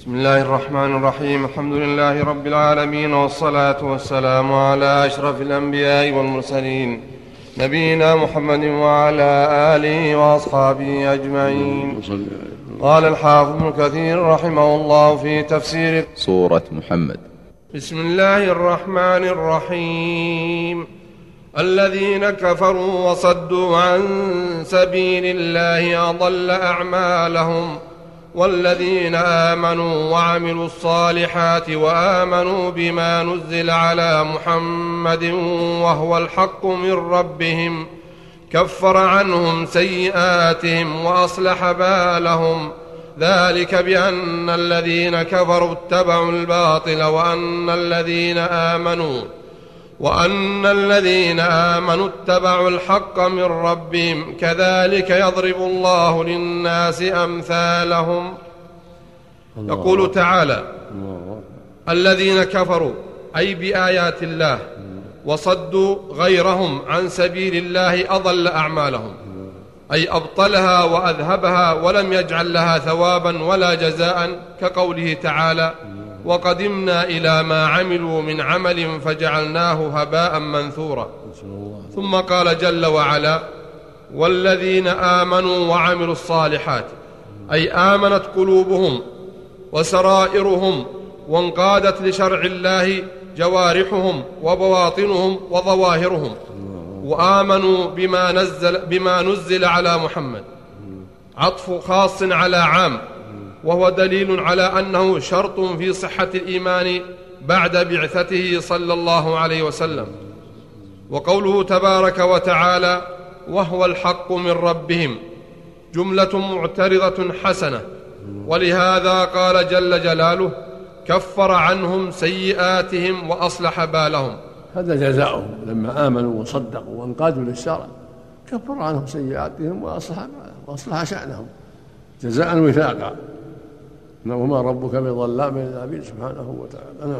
بسم الله الرحمن الرحيم. الحمد لله رب العالمين، والصلاة والسلام على أشرف الأنبياء والمرسلين، نبينا محمد وعلى آله وأصحابه أجمعين. قال الحافظ ابن كثير رحمه الله في تفسير سورة محمد: بسم الله الرحمن الرحيم. الذين كفروا وصدوا عن سبيل الله أضل أعمالهم، والذين آمنوا وعملوا الصالحات وآمنوا بما نزل على محمد وهو الحق من ربهم كفر عنهم سيئاتهم وأصلح بالهم، ذلك بأن الذين كفروا اتبعوا الباطل وأن الذين آمنوا اتبعوا الحق من ربهم، كذلك يضرب الله للناس أمثالهم. يقول تعالى: الذين كفروا أي بآيات الله وصدوا غيرهم عن سبيل الله أضل أعمالهم، أي أبطلها وأذهبها ولم يجعل لها ثوابا ولا جزاء، كقوله تعالى: وقدمنا إلى ما عملوا من عمل فجعلناه هباء منثورا. ثم قال جل وعلا: والذين آمنوا وعملوا الصالحات، أي آمنت قلوبهم وسرائرهم وانقادت لشرع الله جوارحهم وبواطنهم وظواهرهم، وآمنوا بما نزل على محمد، عطف خاص على عام، وهو دليل على أنه شرط في صحة الإيمان بعد بعثته صلى الله عليه وسلم. وقوله تبارك وتعالى: وهو الحق من ربهم، جملة معترضة حسنة، ولهذا قال جل جلاله: كفر عنهم سيئاتهم وأصلح بالهم. هذا جزاؤهم لما آمنوا وصدقوا وانقادوا للشرع، كفر عنهم سيئاتهم وأصلح شأنهم جزاء وفاقا، وما ربك بظلام للعبيد سبحانه وتعالى.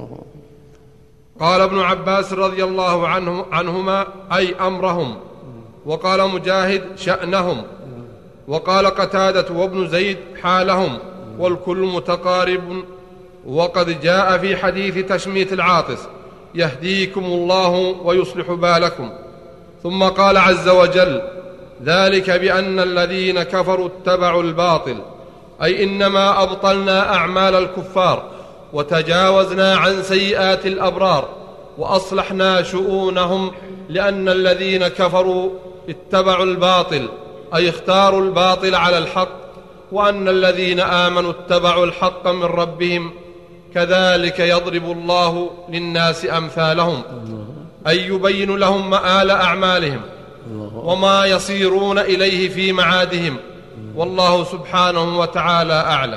قال ابن عباس رضي الله عنهما أي أمرهم، وقال مجاهد شأنهم، وقال قتادة وابن زيد حالهم، والكل متقارب. وقد جاء في حديث تشميت العاطس: يهديكم الله ويصلح بالكم. ثم قال عز وجل: ذلك بأن الذين كفروا اتبعوا الباطل، أي إنما أبطلنا أعمال الكفار وتجاوزنا عن سيئات الأبرار وأصلحنا شؤونهم، لأن الذين كفروا اتبعوا الباطل، أي اختاروا الباطل على الحق، وأن الذين آمنوا اتبعوا الحق من ربهم، كذلك يضرب الله للناس أمثالهم، أي يبين لهم مآل أعمالهم وما يصيرون إليه في معادهم، والله سبحانه وتعالى أعلم.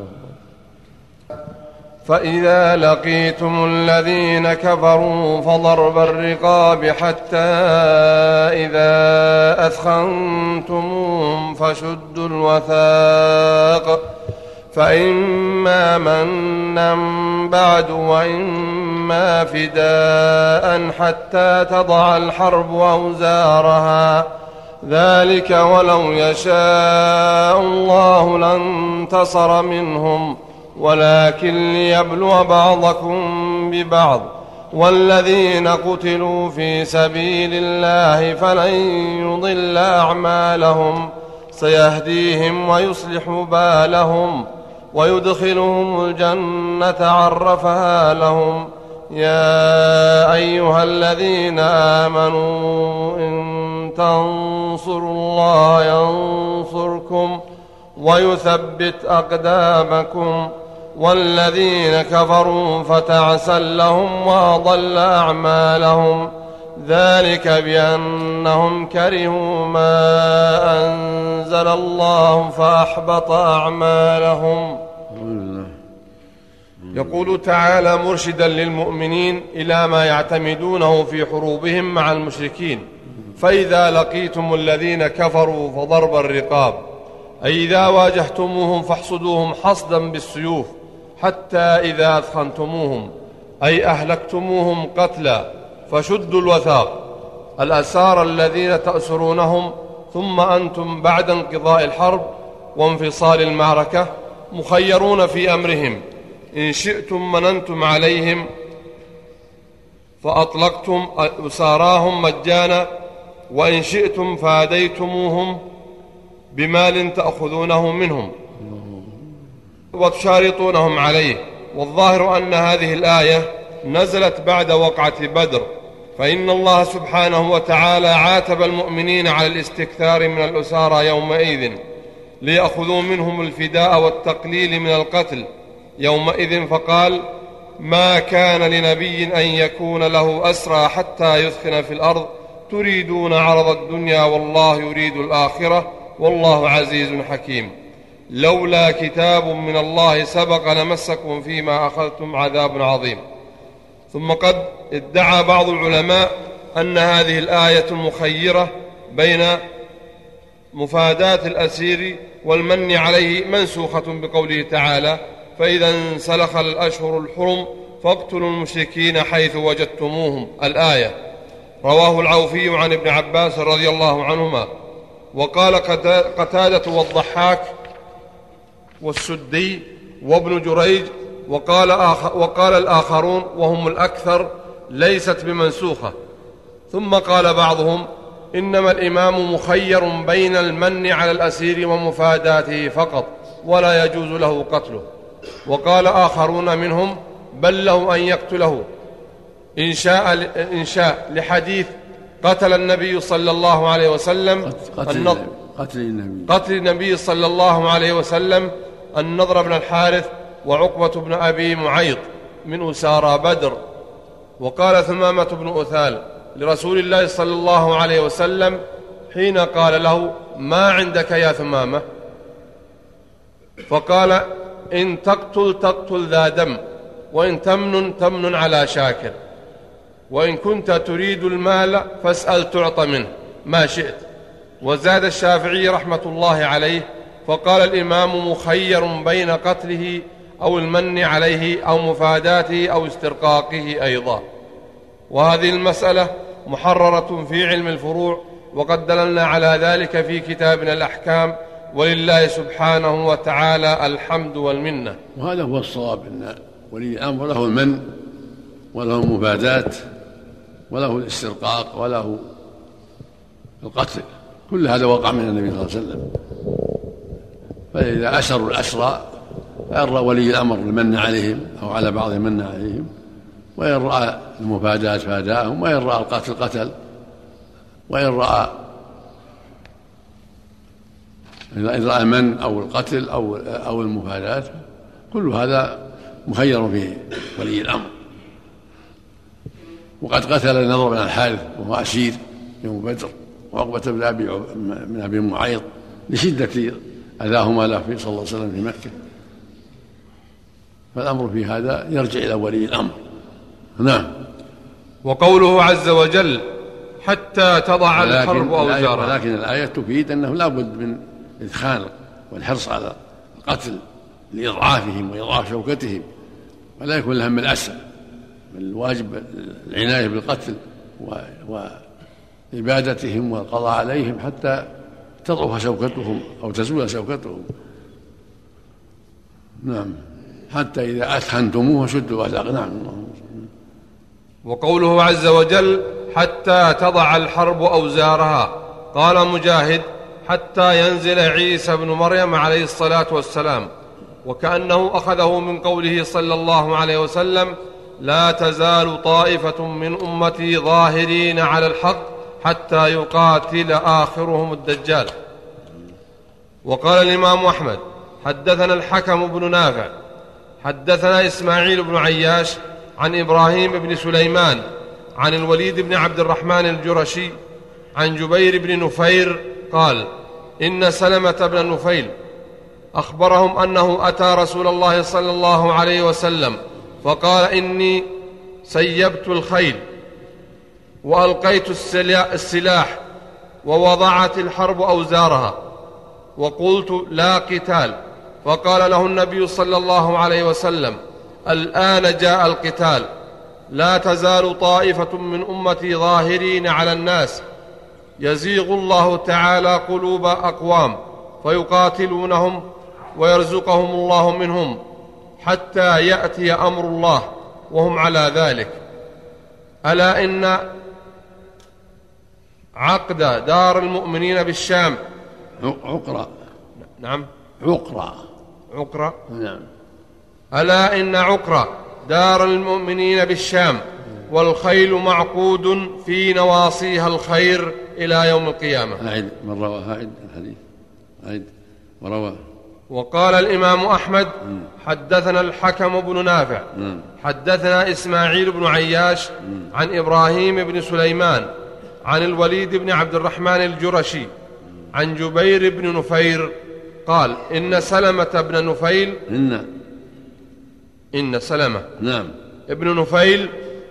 فإذا لقيتم الذين كفروا فضرب الرقاب حتى إذا أثخنتموهم فشدوا الوثاق، فإما منا بعد وإما فداء حتى تضع الحرب أوزارها، ذلك ولو يشاء الله لانتصر منهم، ولكن ليبلو بعضكم ببعض، والذين قتلوا في سبيل الله فلن يضل أعمالهم، سيهديهم ويصلح بالهم ويدخلهم الجنة عرفها لهم. يا أيها الذين آمنوا إن تنصروا الله ينصركم ويثبت أقدامكم، والذين كفروا فتعسا لهم وأضل أعمالهم، ذلك بأنهم كرهوا ما أنزل الله فأحبط أعمالهم. يقول تعالى مرشدا للمؤمنين إلى ما يعتمدونه في حروبهم مع المشركين: فإذا لقيتم الذين كفروا فضرب الرقاب، أي إذا واجهتموهم فاحصدوهم حصدا بالسيوف حتى إذا أثخنتموهم، أي أهلكتموهم قتلا، فشدوا الوثاق، الأسار الذين تأسرونهم، ثم أنتم بعد انقضاء الحرب وانفصال المعركة مخيرون في أمرهم، إن شئتم مننتم عليهم فأطلقتم أساراهم مجانا، وإن شئتم فاديتموهم بمال تأخذونه منهم وتشارطونهم عليه. والظاهر أن هذه الآية نزلت بعد وقعة بدر، فإن الله سبحانه وتعالى عاتب المؤمنين على الاستكثار من الأسارى يومئذ ليأخذوا منهم الفداء والتقليل من القتل يومئذ، فقال: ما كان لنبي أن يكون له أسرى حتى يثخن في الأرض تريدون عرض الدنيا والله يريد الآخرة والله عزيز حكيم، لولا كتاب من الله سبق لمسكم فيما أخذتم عذاب عظيم. ثم قد ادعى بعض العلماء أن هذه الآية المخيرة بين مفاداة الأسير والمن عليه منسوخة بقوله تعالى: فإذا انسلخ الأشهر الحرم فاقتلوا المشركين حيث وجدتموهم، الآية. رواه العوفي عن ابن عباس رضي الله عنهما. وقال قتادة والضحاك والسدي وابن جريج وقال الآخرون وهم الأكثر ليست بمنسوخة. ثم قال بعضهم: إنما الإمام مخير بين المن على الأسير ومفاداته فقط ولا يجوز له قتله. وقال آخرون منهم: بل له أن يقتله إن شاء لحديث قتل النبي صلى الله عليه وسلم قتل النبي صلى الله عليه وسلم النضر بن الحارث وعقبة بن أبي معيط من أسارى بدر. وقال ثمامة بن أثال لرسول الله صلى الله عليه وسلم حين قال له: ما عندك يا ثمامة؟ فقال: إن تقتل ذا دم، وإن تمن على شاكر، وإن كنت تريد المال فاسأل تعطى منه ما شئت. وزاد الشافعي رحمة الله عليه: فقال الإمام مخير بين قتله أو المن عليه أو مفاداته أو استرقاقه أيضا. وهذه المسألة محررة في علم الفروع، وقد دللنا على ذلك في كتابنا الأحكام، ولله سبحانه وتعالى الحمد والمنة. وهذا هو الصواب، أن ولي الأمر له المن وله المفادات وله الاسترقاق وله القتل، كل هذا وقع من النبي صلى الله عليه وسلم. فإذا أسروا الأسرى فإن رأى ولي الأمر المن عليهم أو على بعض المن عليهم، وإن رأى المفادات فاداهم، وإن رأى القتل قتل، وإن رأى من أو القتل أو المفادات، كل هذا مخير فيه ولي الأمر. وقد قتل النضر بن الحارث وهو أسير يوم بدر، وعقبة بن أبي معيط لشدة أذاهما له صلى الله عليه وسلم في مكة. فالأمر في هذا يرجع إلى ولي الأمر. نعم. وقوله عز وجل: حتى تضع الحرب أوزارها، ولكن الآية تفيد أنه لا بد من إدخال والحرص على القتل لإضعافهم وإضعاف شوكتهم، ولا يكون الهم الأسهل، بل الواجب العناية بالقتل وإبادتهم والقضاء عليهم حتى تضعف شوكتهم أو تزول شوكتهم. نعم. حتى إذا أثخنتموه شدوا وثاق. نعم. وقوله عز وجل: حتى تضع الحرب أوزارها، قال مجاهد: حتى ينزل عيسى بن مريم عليه الصلاة والسلام، وكأنه أخذه من قوله صلى الله عليه وسلم: لا تزال طائفة من أمتي ظاهرين على الحق حتى يقاتل آخرهم الدجال. وقال الإمام أحمد: حدثنا الحكم بن نافع حدثنا إسماعيل بن عياش عن إبراهيم بن سليمان عن الوليد بن عبد الرحمن الجرشي عن جبير بن نفير قال: إن سلمة بن نفيل أخبرهم أنه أتى رسول الله صلى الله عليه وسلم فقال: إني سيبت الخيل وألقيت السلاح ووضعت الحرب أوزارها وقلت: لا قتال. فقال له النبي صلى الله عليه وسلم: الآن جاء القتال، لا تزال طائفة من أمتي ظاهرين على الناس، يزيغ الله تعالى قلوب أقوام فيقاتلونهم ويرزقهم الله منهم حتى يأتي أمر الله وهم على ذلك. ألا إن عقد دار المؤمنين بالشام عقرة. نعم عقرة. نعم. ألا إن عقرة دار المؤمنين بالشام والخيل معقود في نواصيها الخير إلى يوم القيامة. أعد من رواها الحديث. أعد ورواه. وقال الإمام أحمد حدثنا الحكم بن نافع حدثنا إسماعيل بن عياش عن إبراهيم بن سليمان عن الوليد بن عبد الرحمن الجرشي عن جبير بن نفير قال إن سلمة بن نفيل إن سلمة نعم ابن نفيل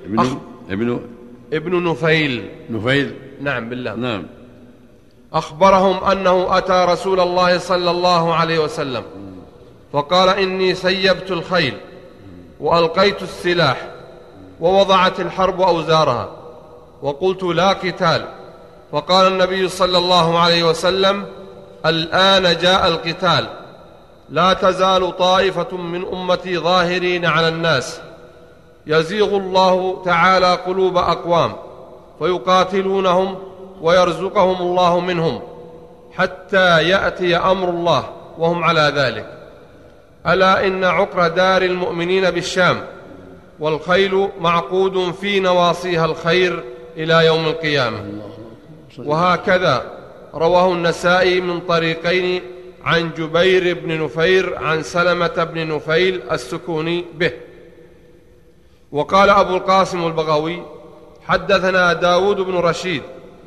ابن نفيل نعم بالله نعم أخبرهم أنه أتى رسول الله صلى الله عليه وسلم فقال إني سيبت الخيل وألقيت السلاح ووضعت الحرب أوزارها وقلت لا قتال. فقال النبي صلى الله عليه وسلم الآن جاء القتال لا تزال طائفة من أمتي ظاهرين على الناس يزيغ الله تعالى قلوب أقوام فيقاتلونهم ويرزقهم الله منهم حتى يأتي أمر الله وهم على ذلك. ألا إن عقر دار المؤمنين بالشام والخيل معقود في نواصيها الخير إلى يوم القيامة. وهكذا رواه النسائي من طريقين عن جبير بن نفير عن سلمة بن نفيل السكوني به. وقال أبو القاسم البغوي حدثنا داود بن رشيد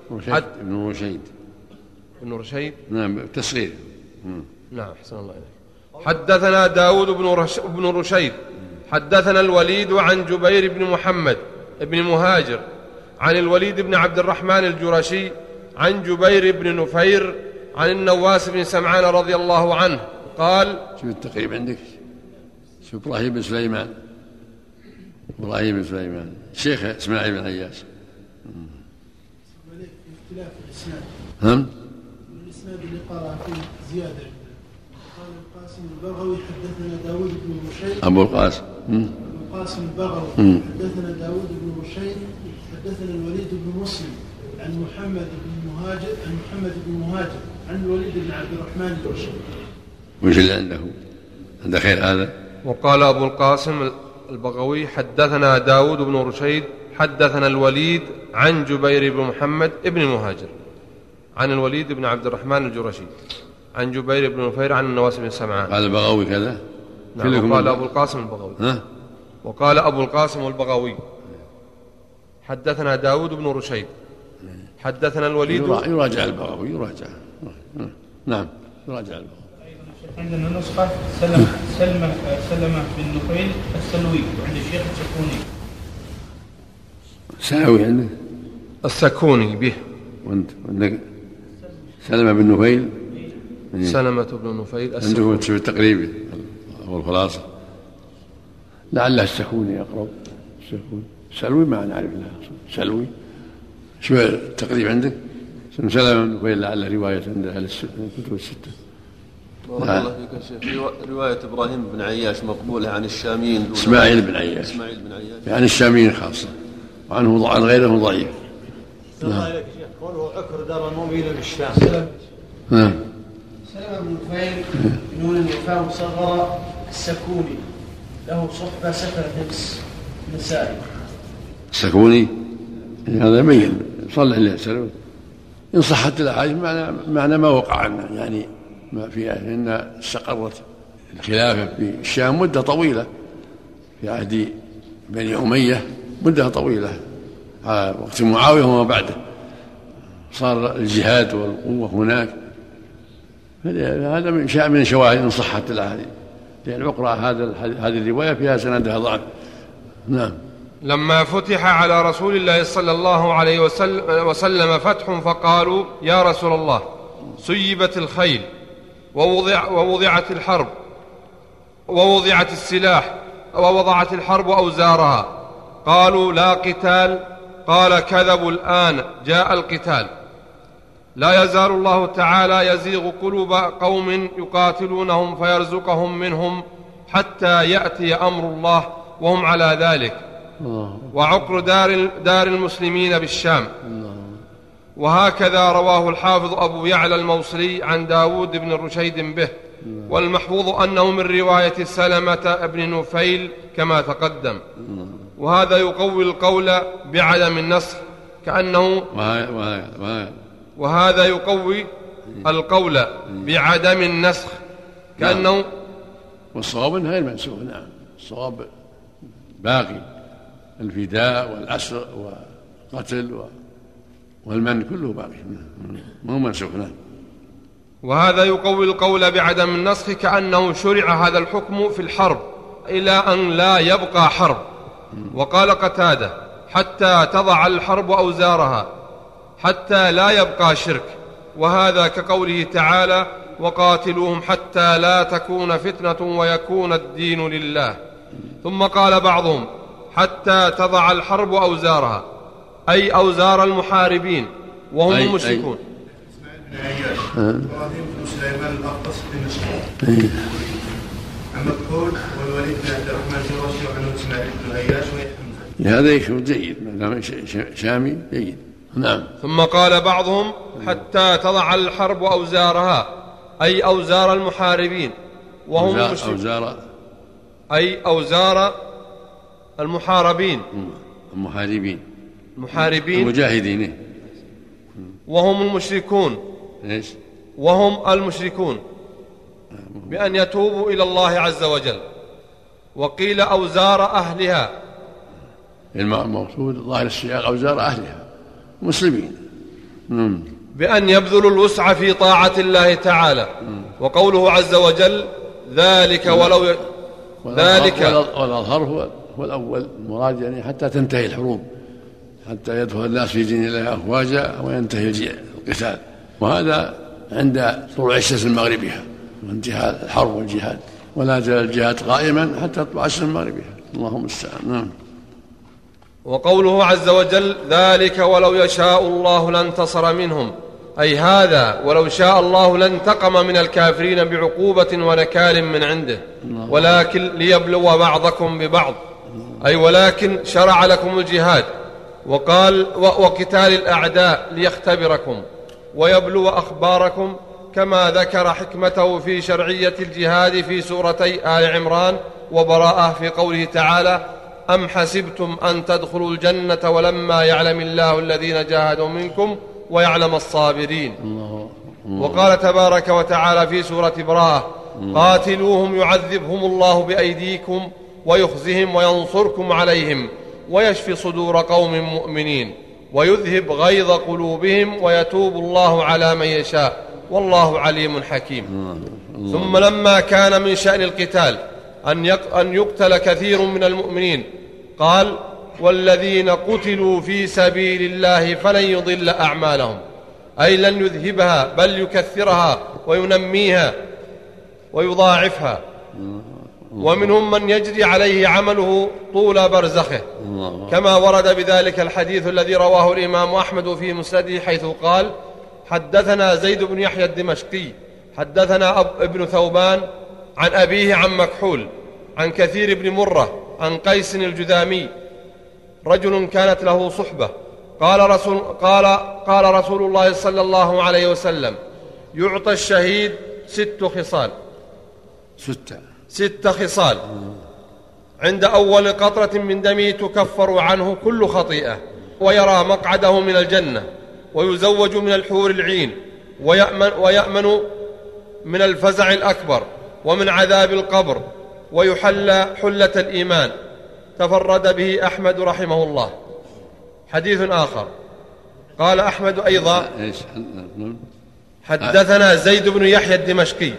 بن رشيد نعم بالتصغير نعم أحسن الله إليك. حدثنا داود بن رشيد حدثنا الوليد عن جبير بن محمد بن مهاجر عن الوليد بن عبد الرحمن الجرشي عن جبير بن نفير عن النواس بن سمعان رضي الله عنه قال شوف التقريب عندك شوف إبراهيم بن سليمان شيخ إسماعيل بن عياش اختلاف الإسناد الإسناد اللي قرأ فيه زيادة. قال القاسم البغوي حدثنا داود بن رشيد أبو القاسم البغوي حدثنا داود بن رشيد حدثنا الوليد بن مسلم عن محمد بن مهاجر عن الوليد بن عبد الرحمن الجرشي. وش اللي عنده خير هذا؟ وقال أبو القاسم البغوي حدثنا داود بن رشيد حدثنا الوليد عن جبير بن محمد بن مهاجر عن الوليد بن عبد الرحمن الجرشي عن جبير بن نفير عن النواس بن سمعان. قال البغوي كذا. نعم. وقال أبو القاسم البغوي وقال أبو القاسم البغوي حدثنا داود بن رشيد حدثنا الوليد. يراجع البغوي نعم يراجع البغوي. عندنا نسخة سلمة بن نفيل السلوي وعند الشيخ السكوني. سلوي عندك السكوني به. وانت عندك سلمة بن نفيل. سلمة بن نفيل السكوني. عندكم التقريبي أو الخلاصة لعله السكوني أقرب. سلوي ما نعرف له سلوي. شو التقريب عندك؟ سلمة بن نفيل لعله رواية عند أهل الكتب الستة. بارك الله فيك يا شيخ. رواية إبراهيم بن عياش مقبولة عن الشاميين إسماعيل بن عياش يعني الشاميين خاصة وعنه عن غيره ضعيف. الله عليك يا شيخ قوله عكر دار المؤمنين بالشام. سلمة بن نفيل نون الوفاء مصغرة السكوني له صحبة سكنت نفس النسائي. السكوني هذا مين صلح له سلمة إن صحت الأحاديث معنى ما وقع عنه يعني ما فيها إن استقرت الخلافة في الشام مدة طويلة في عهد بني أمية مدة طويلة على وقت معاوية وما بعده صار الجهاد والقوة هناك. هذا من شواهد إن صحت الأحاديث لأن عقرة هذه الرواية فيها سندها ضعف. نعم. لما فتح على رسول الله صلى الله عليه وسلم فتح فقالوا يا رسول الله سيبت الخيل ووضعت الحرب ووضعت السلاح ووضعت الحرب أوزارها قالوا لا قتال. قال كذبوا الآن جاء القتال لا يزال الله تعالى يزيغ قلوب قوم يقاتلونهم فيرزقهم منهم حتى يأتي أمر الله وهم على ذلك، وعقر دار المسلمين بالشام. وهكذا رواه الحافظ أبو يعلى الموصلي عن داود بن رشيد به، والمحفوظ أنه من رواية سلمة بن نفيل كما تقدم. وهذا يقوي القول بعدم النسخ كأنه وهذا يقوي القول بعدم النسخ كأنه والصواب انها غير منسوخ. نعم، الصواب باقي، الفداء والأسر والقتل والمن كله باقي، مو منسوخ. نعم. وهذا يقوي القول بعدم النسخ كأنه شرع هذا الحكم في الحرب إلى أن لا يبقى حرب. وقال قتادة: حتى تضع الحرب أوزارها، حتى لا يبقى شرك. وهذا كقوله تعالى: وقاتلوهم حتى لا تكون فتنة ويكون الدين لله. ثم قال بعضهم: حتى تضع الحرب أوزارها، أي أوزار المحاربين وهم المشركون. إسماعيل بن عياش، إبراهيم بن سليمان الأخطس بن عن مكحول والوليد بن عبد الرحمن الجرشي وعنه إسماعيل بن عياش وحمزة. هذا يكون جيد ما دام شامي جيد. نعم. ثم قال بعضهم: حتى تضع الحرب أوزارها، أي أوزار المحاربين وهم المشركون، أي أوزار المحاربين المحاربين المجاهدين وهم المشركون. إيش؟ وهم المشركون بأن يتوبوا إلى الله عز وجل. وقيل أوزار أهلها، المقصود ظاهر السياق أوزار أهلها مسلمين، بأن يبذلوا الوسع في طاعة الله تعالى. وقوله عز وجل: ذلك ولو والأظهر هو الأول المراد، يعني حتى تنتهي الحروب، حتى يدخل الناس في دين الله أفواجا وينتهي القتال. وهذا عند طلوع الشمس من مغربها وانتهاء الحرب والجهاد، ولا زال الجهاد قائما حتى تطلع الشمس من مغربها. اللهم المستعان. نعم. وقوله عز وجل: ذلك ولو يشاء الله لانتصر منهم، أي هذا ولو شاء الله لانتقم من الكافرين بعقوبة ونكال من عنده، ولكن ليبلو بعضكم ببعض، أي ولكن شرع لكم الجهاد وقال: وقتال الأعداء ليختبركم ويبلو أخباركم، كما ذكر حكمته في شرعية الجهاد في سورتي آل عمران وبراءة في قوله تعالى: أم حسبتم أن تدخلوا الجنة ولما يعلم الله الذين جاهدوا منكم ويعلم الصابرين. وقال تبارك وتعالى في سورة براءة: قاتلوهم يعذبهم الله بأيديكم ويخزهم وينصركم عليهم ويشفي صدور قوم مؤمنين ويذهب غيظ قلوبهم ويتوب الله على من يشاء والله عليم حكيم. ثم لما كان من شأن القتال أن يقتل كثير من المؤمنين قال: والذين قتلوا في سبيل الله فلن يضل أعمالهم، أي لن يذهبها بل يكثرها وينميها ويضاعفها. ومنهم من يجري عليه عمله طول برزخه، كما ورد بذلك الحديث الذي رواه الإمام أحمد في مسنده، حيث قال: حدثنا زيد بن يحيى الدمشقي حدثنا ابن ثوبان عن أبيه عن مكحول عن كثير بن مرة عن قيس الجذامي، رجل كانت له صحبة، قال رسول الله صلى الله عليه وسلم: يعطى الشهيد 6 خصال، 6 خصال، عند أول قطرة من دمه تكفر عنه كل خطيئة، ويرى مقعده من الجنة، ويزوج من الحور العين، ويأمن من الفزع الأكبر ومن عذاب القبر، ويحلى حلة الإيمان. تفرد به أحمد رحمه الله. حديث آخر قال أحمد أيضا: حدثنا زيد بن يحيى الدمشقي.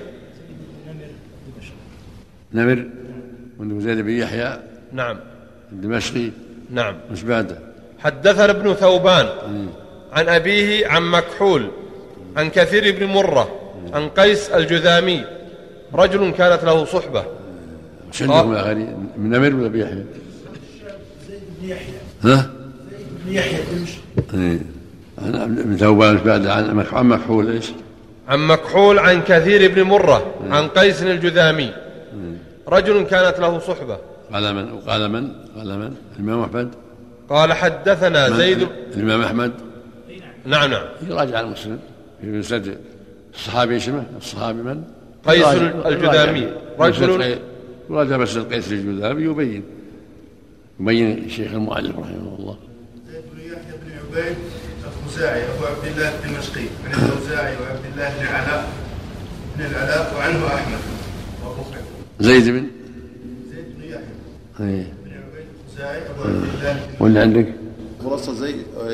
نمر من زيد بن يحيى، نعم، الدمشقي، نعم. مش بعده؟ حدثنا ابن ثوبان عن أبيه عن مكحول عن كثير بن مرة عن قيس الجذامي، رجل كانت له صحبة. شنهم الآخرين من نمر ولا بيحيى؟ زيد بن يحيى. ها؟ زيد بن يحيى الدمشقي. ابن ثوبان بعد عن مكحول ايش؟ عن مكحول عن كثير بن مرة عن قيس الجذامي رجل كانت له صحبة. قال من الإمام أحمد قال حدثنا زيد. الإمام أحمد نعم يراجع المسلم في مسند الصحابي اسمه الصحابي من؟ قيس الجذامي رجل يراجع مسند قيس الجذامي يبين الشيخ المؤلف رحمه الله. زيد بن يحيى بن عبيد الخزاعي أبو عبد الله الدمشقي عن الأوزاعي وعبد الله بن العلاء وعنه أحمد وأبو بكر. زيد بن يحيى بن عبيد الخزاعي أبو عبد الله. واللي عندك؟ خلاصة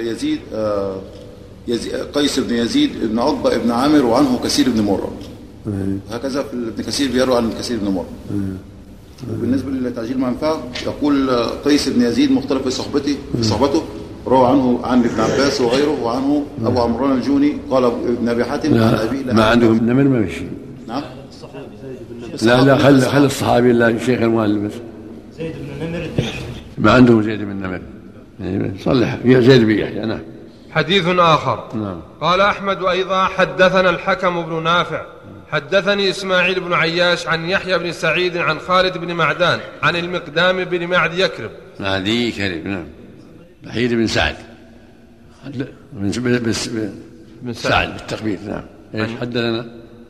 يزيد قيس بن يزيد بن عقبة بن عامر وعنه كثير بن مرة. هكذا في ابن كثير بيروي عن كثير بن مرة. وبالنسبة لتعجيل المنفعة يقول قيس بن يزيد مختلف في صحبته روى عنه عن ابن عباس وغيره وعنه أبو عمران الجوني قال ابن أبي حاتم عن أبي ما عندهم نمر ما فيش. نعم لا خل الصحابي لا الشيخ المؤلف بس. زيد بن نمر الدمشقي ما عندهم زيد بن نمر صلح يا زيد بن يحيى. نعم. حديث آخر. نعم. قال أحمد أيضا حدثنا الحكم بن نافع حدثني إسماعيل بن عياش عن يحيى بن سعيد عن خالد بن معدان عن المقدام بن معد يكرب. معدي كرب. نعم. بحير بن سعد بن سعد بالتقبيل. نعم. ايش حدثنا؟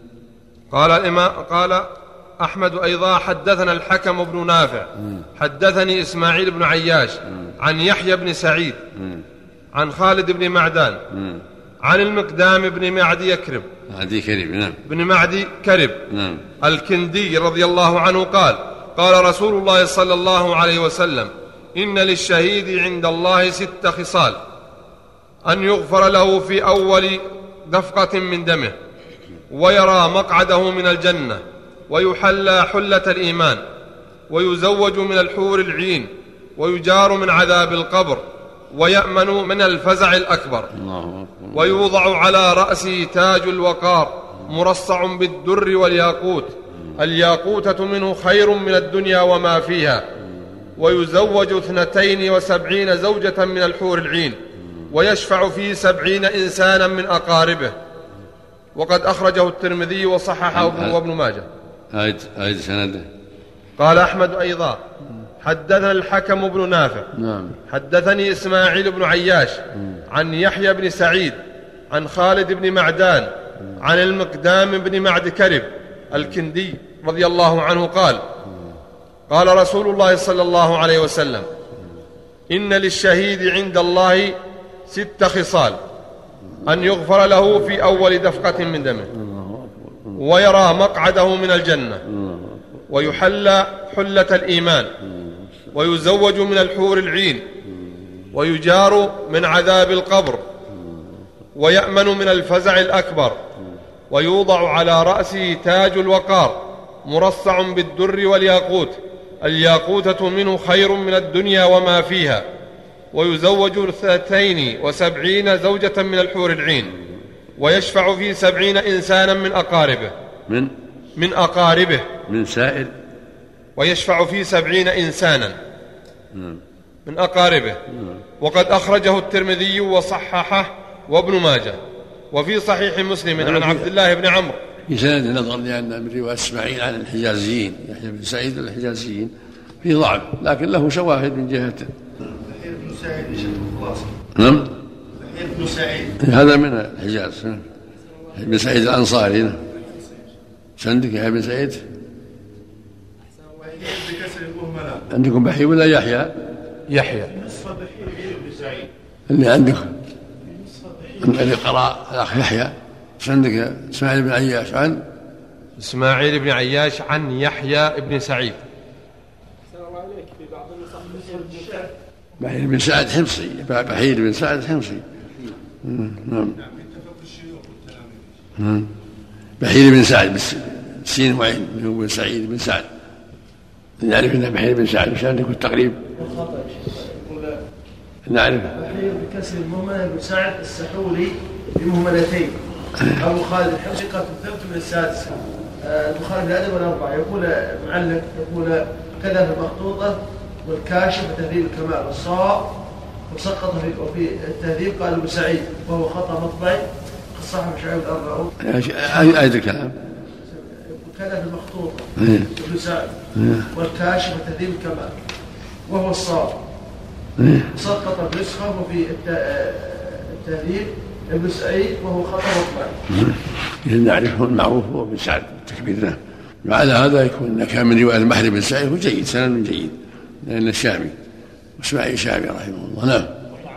قال أحمد أيضا حدثنا الحكم بن نافع حدثني إسماعيل بن عياش عن يحيى بن سعيد عن خالد بن معدان عن المقدام بن معد يكرب معدي كرب. نعم. بن معدي كرب. نعم. الكندي رضي الله عنه قال رسول الله صلى الله عليه وسلم إن للشهيد عند الله 6 خصال: أن يغفر له في أول دفقة من دمه، ويرى مقعده من الجنة، ويحلى حلة الإيمان، ويزوج من الحور العين، ويجار من عذاب القبر، ويأمن من الفزع الأكبر، ويوضع على رأسه تاج الوقار مرصع بالدر والياقوت، الياقوتة منه خير من الدنيا وما فيها، ويزوج 72 زوجة من الحور العين، ويشفع في 70 إنسانا من أقاربه. وقد أخرجه الترمذي وصححه وابن ماجه. هذه سنده. قال أحمد أيضا حدثنا الحكم بن نافع نعم. حدثني إسماعيل بن عياش عن يحيى بن سعيد عن خالد بن معدان عن المقدام بن معد كرب الكندي رضي الله عنه قال رسول الله صلى الله عليه وسلم إن للشهيد عند الله 6 خصال: أن يغفر له في أول دفقة من دمه، ويرى مقعده من الجنة، ويحلى حلة الإيمان، ويزوج من الحور العين، ويجار من عذاب القبر، ويأمن من الفزع الأكبر، ويوضع على رأسه تاج الوقار مرصع بالدر والياقوت، الياقوتة منه خير من الدنيا وما فيها، ويزوج 72 زوجة من الحور العين، ويشفع في 70 إنسانا من أقاربه من أقاربه من سائر، ويشفع في 70 إنسانا من أقاربه. وقد أخرجه الترمذي وصححه وابن ماجه. وفي صحيح مسلم عن عبد الله بن عمرو في سند نظر لأن من رواية إسماعيل عن الحجازيين يحيى بن سعيد الحجازيين في ضعف، لكن له شواهد من جهته. بحير بن سعيد خلاصة. نعم. بحير بن سعيد هذا من الحجاز. بن سعيد الأنصاري. عندك يحيى بن سعيد؟ بحير بكسر المهملة. عندكم بحير ولا يحيى؟ نصف بحير بن سعيد اللي عندكم اللي قرأ الأخ يحيى. عندك إسماعيل بن عياش عن إسماعيل بن عياش عن يحيى بن سعيد. بحير بن سعد حمصي. بحير بن سعد حمصي. نعم. بحير بن سعد بالسين وعين بن سعيد بن سعد. نعرف أن بحير بن سعد مش عندكم التقريب؟ نعرف. بحير بكسر المهملة بن سعد السحولي بمهملتين. أبو خالد الحمصي قال الثالث من السادس. البخاري الأدب والأربعة يقول معلق يقول كذا في المخطوطة والكاشف وتهذيب الكمال والصواب وسقط وفي التهذيب قال ابو سعيد وهو خطأ مطبعي صاحب شعيب الأربعون. أي الكلام كذا في المخطوطة ابن سعد والكاشف والتهذيب الكمال وهو الصواب. سقط بنسخة وفي التهذيب ابن سعيد وهو خطأ مطبعي. نعرفه المعروف هو ابن سعد التكبير له. وعلى هذا يكون كان من رواية المحري بن سعيد هو جيد سند جيد لأن الشامي واسماعيل شامي رحمه الله. نعم.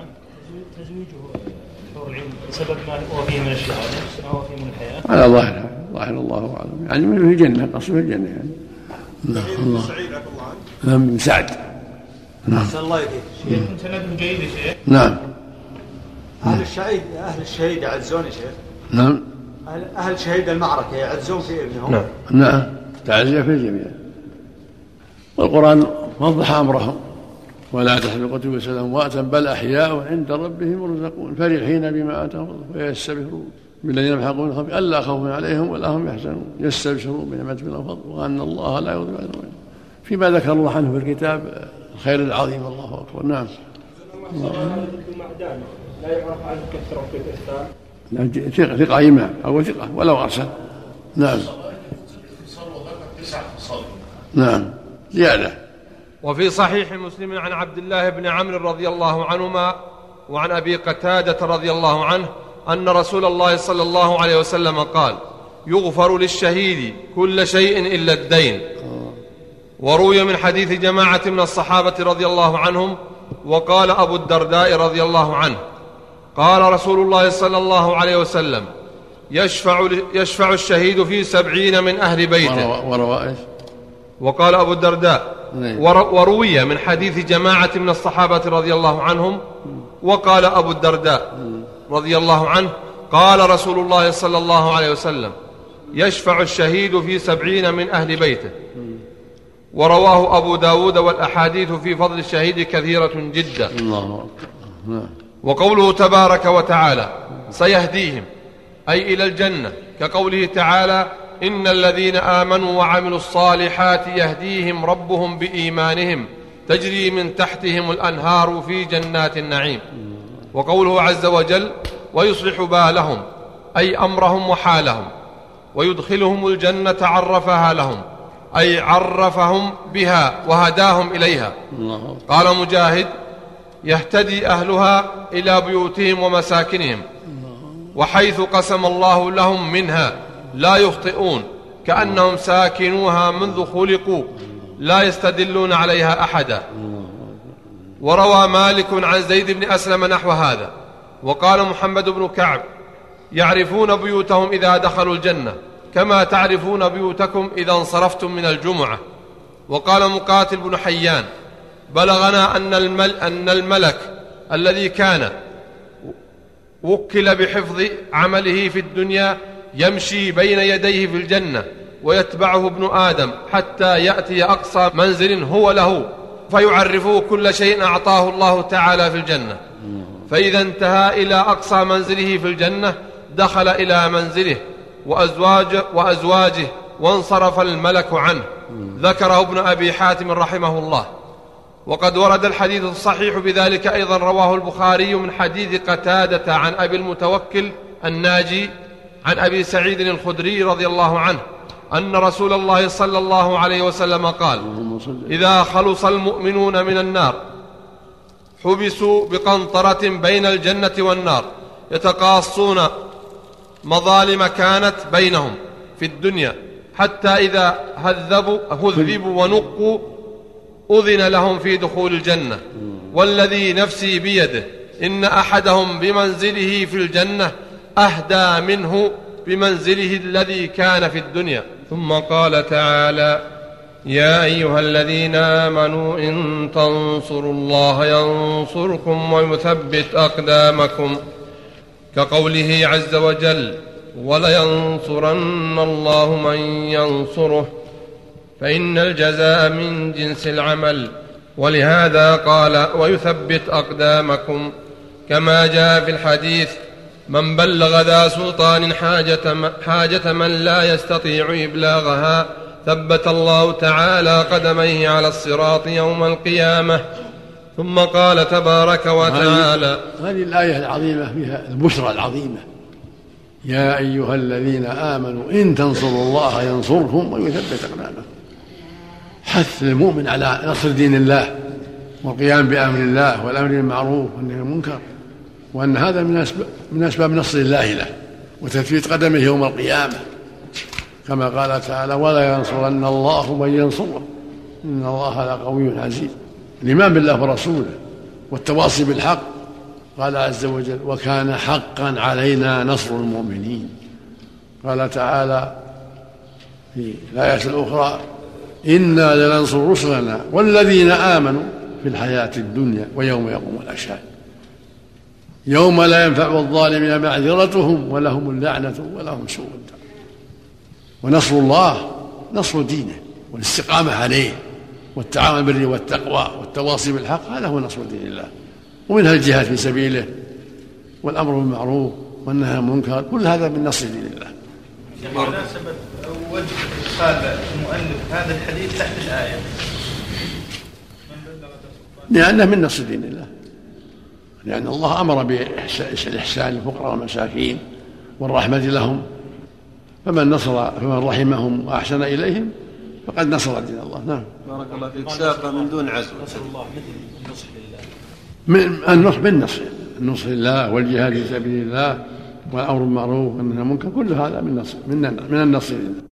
بسبب ما هو فيه من الشهادة ما هو فيه من الحياة على ظاهر الله أعلم يعني من الجنة قصر الجنة يعني. الله سعيد عبد الله نعم بن سعد. نعم. أحسن الله إليك. شيخ سند جيد يا شيخ. نعم. أهل الشهيد يعزون يا شيخ. نعم. أهل شهيد المعركة يعزون في ابنهم. نعم. تعزية في الجميع. والقرآن وضح أمرهم ولا تحرقوا وسلام أمواتا بل أحياء عند ربهم يرزقون فرحين بما آتاهم ويستبشرون بالذين يلحقون خبيث ألا خوف عليهم ولا هم يحزنون يستبشرون بنعمة من الفضل وأن الله لا يضيع أجر فيما ذكر الله عنه في الكتاب الخير العظيم. الله أكبر. نعم. لا يعرف عنه كثرة في الإرسال. ثقة إمام أو ثقة ولو أرسل. نعم. نعم زيادة. وفي صحيح مسلم عن عبد الله بن عمرو رضي الله عنهما وعن أبي قتادة رضي الله عنه أن رسول الله صلى الله عليه وسلم قال يغفر للشهيد كل شيء إلا الدين. وروي من حديث جماعة من الصحابة رضي الله عنهم وقال أبو الدرداء رضي الله عنه قال رسول الله صلى الله عليه وسلم يشفع الشهيد في 70 من أهل بيته. وقال أبو الدرداء وروي من حديث جماعة من الصحابة رضي الله عنهم وقال أبو الدرداء رضي الله عنه قال رسول الله صلى الله عليه وسلم يشفع الشهيد في 70 من أهل بيته. ورواه أبو داود والأحاديث في فضل الشهيد كثيرة جدا. وقوله تبارك وتعالى سيهديهم أي إلى الجنة كقوله تعالى إن الذين آمنوا وعملوا الصالحات يهديهم ربهم بإيمانهم تجري من تحتهم الأنهار في جنات النعيم. وقوله عز وجل ويصلح بالهم أي أمرهم وحالهم ويدخلهم الجنة عرفها لهم أي عرفهم بها وهداهم إليها. قال مجاهد يهتدي أهلها إلى بيوتهم ومساكنهم وحيث قسم الله لهم منها لا يخطئون كأنهم ساكنوها منذ خلقوا لا يستدلون عليها أحدا. وروى مالك عن زيد بن أسلم نحو هذا. وقال محمد بن كعب يعرفون بيوتهم إذا دخلوا الجنة كما تعرفون بيوتكم إذا انصرفتم من الجمعة. وقال مقاتل بن حيان بلغنا أن الملك الذي كان وكل بحفظ عمله في الدنيا يمشي بين يديه في الجنة ويتبعه ابن آدم حتى يأتي أقصى منزل هو له فيعرفه كل شيء أعطاه الله تعالى في الجنة. فإذا انتهى إلى أقصى منزله في الجنة دخل إلى منزله وأزواجه وانصرف الملك عنه. ذكره ابن أبي حاتم رحمه الله. وقد ورد الحديث الصحيح بذلك أيضا رواه البخاري من حديث قتادة عن أبي المتوكل الناجي عن أبي سعيد الخدري رضي الله عنه أن رسول الله صلى الله عليه وسلم قال إذا خلص المؤمنون من النار حبسوا بقنطرة بين الجنة والنار يتقاصون مظالم كانت بينهم في الدنيا حتى إذا هذبوا ونقوا أذن لهم في دخول الجنة. والذي نفسي بيده إن أحدهم بمنزله في الجنة أهدى منه بمنزله الذي كان في الدنيا. ثم قال تعالى يا أيها الذين آمنوا إن تنصروا الله ينصركم ويثبت أقدامكم كقوله عز وجل ولينصرن الله من ينصره فإن الجزاء من جنس العمل. ولهذا قال ويثبت أقدامكم كما جاء في الحديث من بلغ ذا سلطان حاجة من لا يستطيع إبلاغها ثبت الله تعالى قدميه على الصراط يوم القيامة ثم قال تبارك وتعالى. هذه الآية العظيمة فيها البشرى العظيمة: يا أيها الذين آمنوا إن تنصروا الله ينصركم ويثبت أقدامكم. حث المؤمن على نصر دين الله والقيام بأمر الله والأمر بالمعروف والنهي عن المنكر، وأن هذا من أسباب نصر الله له وتثبيت قدمه يوم القيامة، كما قال تعالى: ولا ينصرن الله من ينصره إن الله لقوي عزيز. الإيمان بالله ورسوله والتواصي بالحق. قال عز وجل: وكان حقا علينا نصر المؤمنين. قال تعالى في الآية الأخرى: إنا لننصر رسلنا والذين آمنوا في الحياة الدنيا ويوم يقوم الأشهاد يوم لا ينفع الظالمين معذرتهم ولهم اللعنة ولهم سوء الدار. ونصر الله نصر دينه والاستقامة عليه والتعاون بالبر والتقوى والتواصي بالحق، هذا هو نصر دين الله. ومنها الجهاد في سبيله والأمر بالمعروف والنهي عن المنكر، كل هذا من نصر دين الله. مناسبة أو وجه إدخال المؤلف هذا الحديث تحت الآية لأنه من نصر دين الله، لأن الله أمر بالإحسان للفقراء والمساكين والرحمة لهم، فمن رحمهم وأحسن إليهم فقد نصر دين الله. نعم. بارك الله فيك. ساق من دون عزم. نصر الله مثل النصح لله. النصر لله والجهاد في سبيل الله والأمر بالمعروف والنهي عن المنكر، كل هذا من النصر لله.